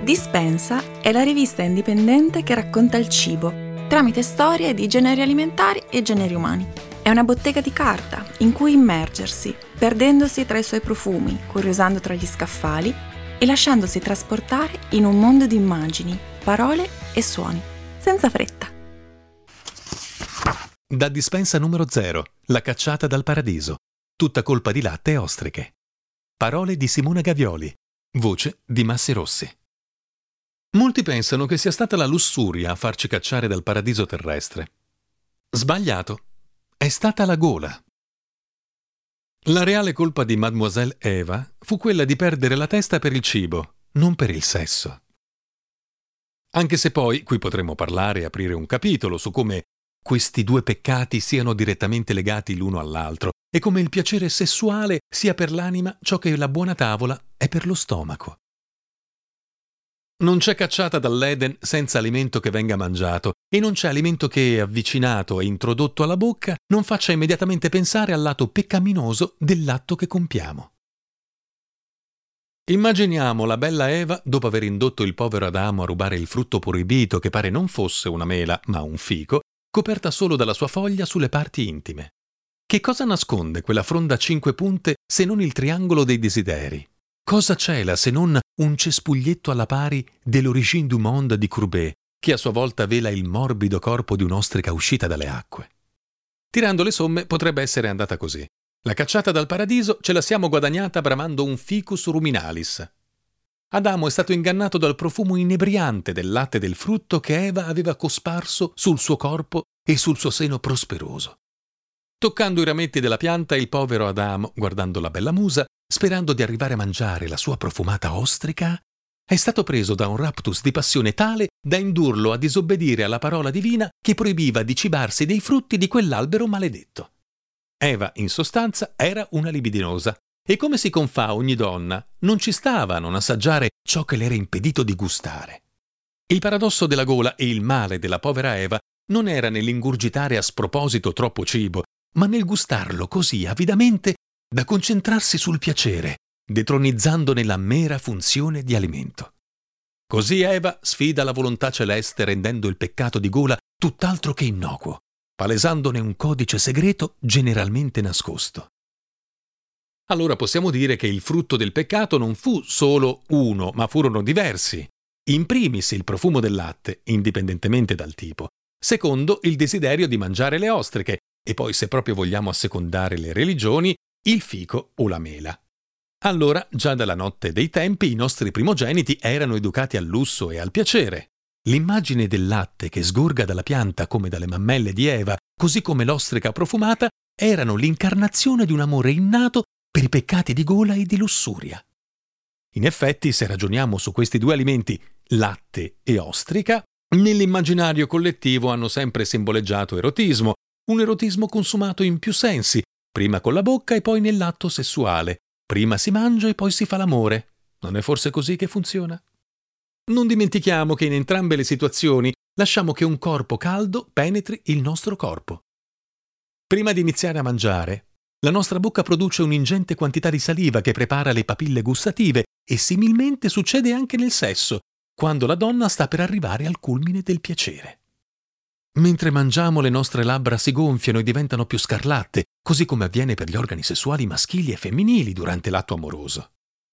Dispensa è la rivista indipendente che racconta il cibo tramite storie di generi alimentari e generi umani. È una bottega di carta in cui immergersi, perdendosi tra i suoi profumi, curiosando tra gli scaffali e lasciandosi trasportare in un mondo di immagini, parole e suoni, senza fretta. Da Dispensa numero 0, La cacciata dal paradiso. Tutta colpa di latte e ostriche. Parole di Simona Gavioli. Voce di Massi Rossi. Molti pensano che sia stata la lussuria a farci cacciare dal paradiso terrestre. Sbagliato. È stata la gola. La reale colpa di Mademoiselle Eva fu quella di perdere la testa per il cibo, non per il sesso. Anche se poi qui potremmo parlare e aprire un capitolo su come questi due peccati siano direttamente legati l'uno all'altro e come il piacere sessuale sia per l'anima ciò che la buona tavola è per lo stomaco. Non c'è cacciata dall'Eden senza alimento che venga mangiato e non c'è alimento che, avvicinato e introdotto alla bocca, non faccia immediatamente pensare al lato peccaminoso dell'atto che compiamo. Immaginiamo la bella Eva, dopo aver indotto il povero Adamo a rubare il frutto proibito che pare non fosse una mela ma un fico, coperta solo dalla sua foglia sulle parti intime. Che cosa nasconde quella fronda a 5 punte se non il triangolo dei desideri? Cosa cela se non un cespuglietto alla pari dell'Origine du monde di Courbet, che a sua volta vela il morbido corpo di un'ostrica uscita dalle acque? Tirando le somme potrebbe essere andata così. La cacciata dal paradiso ce la siamo guadagnata bramando un ficus ruminalis. Adamo è stato ingannato dal profumo inebriante del latte del frutto che Eva aveva cosparso sul suo corpo e sul suo seno prosperoso. Toccando i rametti della pianta, il povero Adamo, guardando la bella musa, sperando di arrivare a mangiare la sua profumata ostrica, è stato preso da un raptus di passione tale da indurlo a disobbedire alla parola divina che proibiva di cibarsi dei frutti di quell'albero maledetto. Eva, in sostanza, era una libidinosa e, come si confà a ogni donna, non ci stava a non assaggiare ciò che le era impedito di gustare. Il paradosso della gola e il male della povera Eva non era nell'ingurgitare a sproposito troppo cibo, ma nel gustarlo così avidamente da concentrarsi sul piacere, detronizzandone la mera funzione di alimento. Così Eva sfida la volontà celeste rendendo il peccato di gola tutt'altro che innocuo, palesandone un codice segreto generalmente nascosto. Allora possiamo dire che il frutto del peccato non fu solo uno, ma furono diversi. In primis il profumo del latte, indipendentemente dal tipo. Secondo, il desiderio di mangiare le ostriche. E poi, se proprio vogliamo assecondare le religioni, il fico o la mela. Allora, già dalla notte dei tempi, i nostri primogeniti erano educati al lusso e al piacere. L'immagine del latte che sgorga dalla pianta come dalle mammelle di Eva, così come l'ostrica profumata, erano l'incarnazione di un amore innato per i peccati di gola e di lussuria. In effetti, se ragioniamo su questi due alimenti, latte e ostrica, nell'immaginario collettivo hanno sempre simboleggiato erotismo, un erotismo consumato in più sensi, prima con la bocca e poi nell'atto sessuale. Prima si mangia e poi si fa l'amore. Non è forse così che funziona? Non dimentichiamo che in entrambe le situazioni lasciamo che un corpo caldo penetri il nostro corpo. Prima di iniziare a mangiare, la nostra bocca produce un'ingente quantità di saliva che prepara le papille gustative e similmente succede anche nel sesso, quando la donna sta per arrivare al culmine del piacere. Mentre mangiamo le nostre labbra si gonfiano e diventano più scarlatte, così come avviene per gli organi sessuali maschili e femminili durante l'atto amoroso.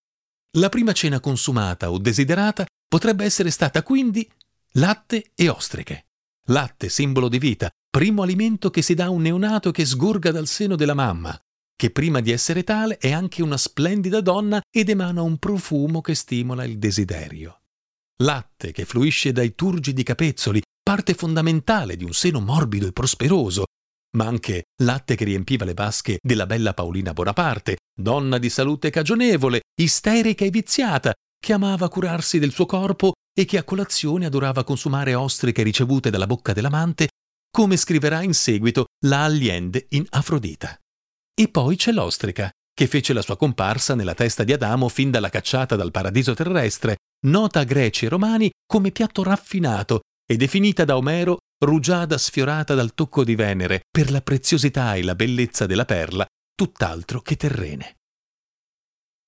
La prima cena consumata o desiderata potrebbe essere stata quindi latte e ostriche. Latte, simbolo di vita, primo alimento che si dà a un neonato che sgorga dal seno della mamma, che prima di essere tale è anche una splendida donna ed emana un profumo che stimola il desiderio. Latte che fluisce dai turgidi capezzoli, parte fondamentale di un seno morbido e prosperoso, ma anche latte che riempiva le vasche della bella Paolina Bonaparte, donna di salute cagionevole, isterica e viziata, che amava curarsi del suo corpo e che a colazione adorava consumare ostriche ricevute dalla bocca dell'amante, come scriverà in seguito la Allende in Afrodita. E poi c'è l'ostrica, che fece la sua comparsa nella testa di Adamo fin dalla cacciata dal paradiso terrestre, nota a Greci e Romani come piatto raffinato e definita da Omero rugiada sfiorata dal tocco di Venere per la preziosità e la bellezza della perla, tutt'altro che terrene.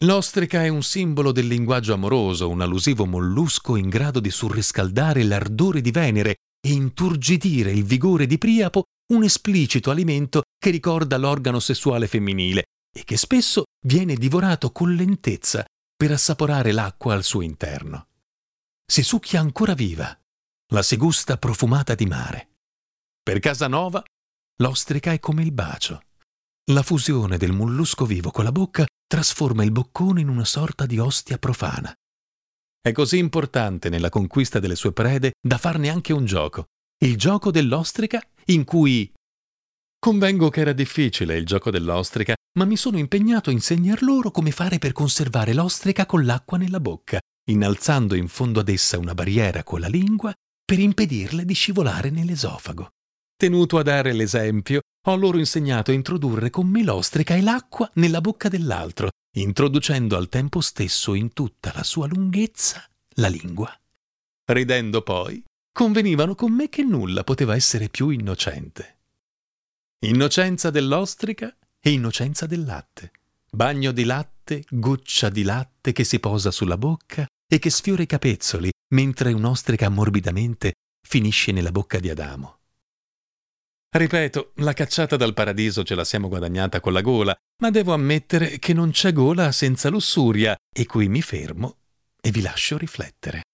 L'ostrica è un simbolo del linguaggio amoroso, un allusivo mollusco in grado di surriscaldare l'ardore di Venere e inturgidire il vigore di Priapo, un esplicito alimento che ricorda l'organo sessuale femminile e che spesso viene divorato con lentezza per assaporare l'acqua al suo interno. Si succhia ancora viva, la si gusta profumata di mare. Per Casanova, l'ostrica è come il bacio. La fusione del mollusco vivo con la bocca trasforma il boccone in una sorta di ostia profana. È così importante nella conquista delle sue prede da farne anche un gioco, il gioco dell'ostrica, in cui... Convengo che era difficile il gioco dell'ostrica, ma mi sono impegnato a insegnar loro come fare per conservare l'ostrica con l'acqua nella bocca, innalzando in fondo ad essa una barriera con la lingua per impedirle di scivolare nell'esofago. Tenuto a dare l'esempio, ho loro insegnato a introdurre con me l'ostrica e l'acqua nella bocca dell'altro, introducendo al tempo stesso in tutta la sua lunghezza la lingua. Ridendo poi, convenivano con me che nulla poteva essere più innocente. Innocenza dell'ostrica e innocenza del latte. Bagno di latte, goccia di latte che si posa sulla bocca e che sfiora i capezzoli, mentre un'ostrica morbidamente finisce nella bocca di Adamo. Ripeto, la cacciata dal paradiso ce la siamo guadagnata con la gola, ma devo ammettere che non c'è gola senza lussuria, e qui mi fermo e vi lascio riflettere.